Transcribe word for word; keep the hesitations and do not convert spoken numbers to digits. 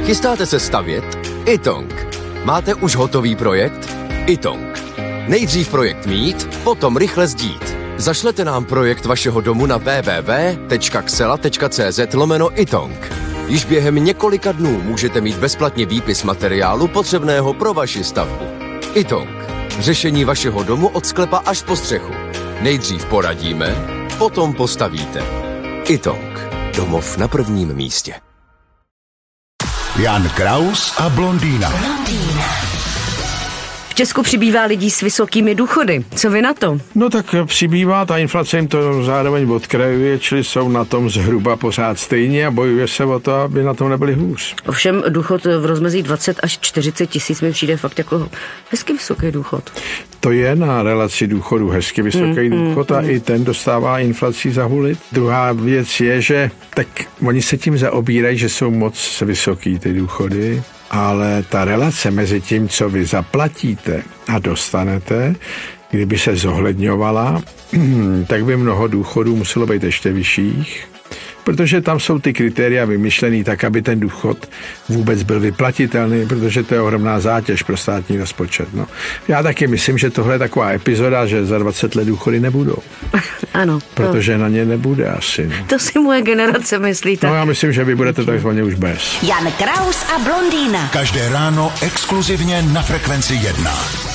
Chystáte se stavět? Itong. Máte už hotový projekt? Itong. Nejdřív projekt mít, potom rychle sdít. Zašlete nám projekt vašeho domu na w w w tečka xela tečka c z lomeno Itong. Již během několika dnů můžete mít bezplatně výpis materiálu potřebného pro vaši stavbu. Itong. Řešení vašeho domu od sklepa až po střechu. Nejdřív poradíme, potom postavíte. Itong. Domov na prvním místě. Jan Kraus a blondýna. blondýna. V Česku přibývá lidí s vysokými důchody. Co vy na to? No tak přibývá, ta inflace jim to zároveň odkrajuje, čili jsou na tom zhruba pořád stejně a bojuje se o to, aby na tom nebyli hůř. Ovšem důchod v rozmezí dvacet až čtyřicet tisíc mi přijde fakt jako hezky vysoký důchod. To je na relaci důchodu hezky vysoký mm, důchod mm, a mm. i ten dostává inflací zahulit. Druhá věc je, že tak oni se tím zaobírají, že jsou moc vysoký ty důchody, ale ta relace mezi tím, co vy zaplatíte a dostanete, kdyby se zohledňovala, tak by mnoho důchodů muselo být ještě vyšších, protože tam jsou ty kritéria vymyšlený tak, aby ten důchod vůbec byl vyplatitelný, protože to je ohromná zátěž pro státní rozpočet. No. Já taky myslím, že tohle je taková epizoda, že za dvacet let důchody nebudou. Ano. Protože to... na ně nebude asi. No. To si moje generace myslí tak. No já myslím, že vy budete takzvaně už bez. Jan Kraus a blondýna. Každé ráno exkluzivně na Frekvenci jedna.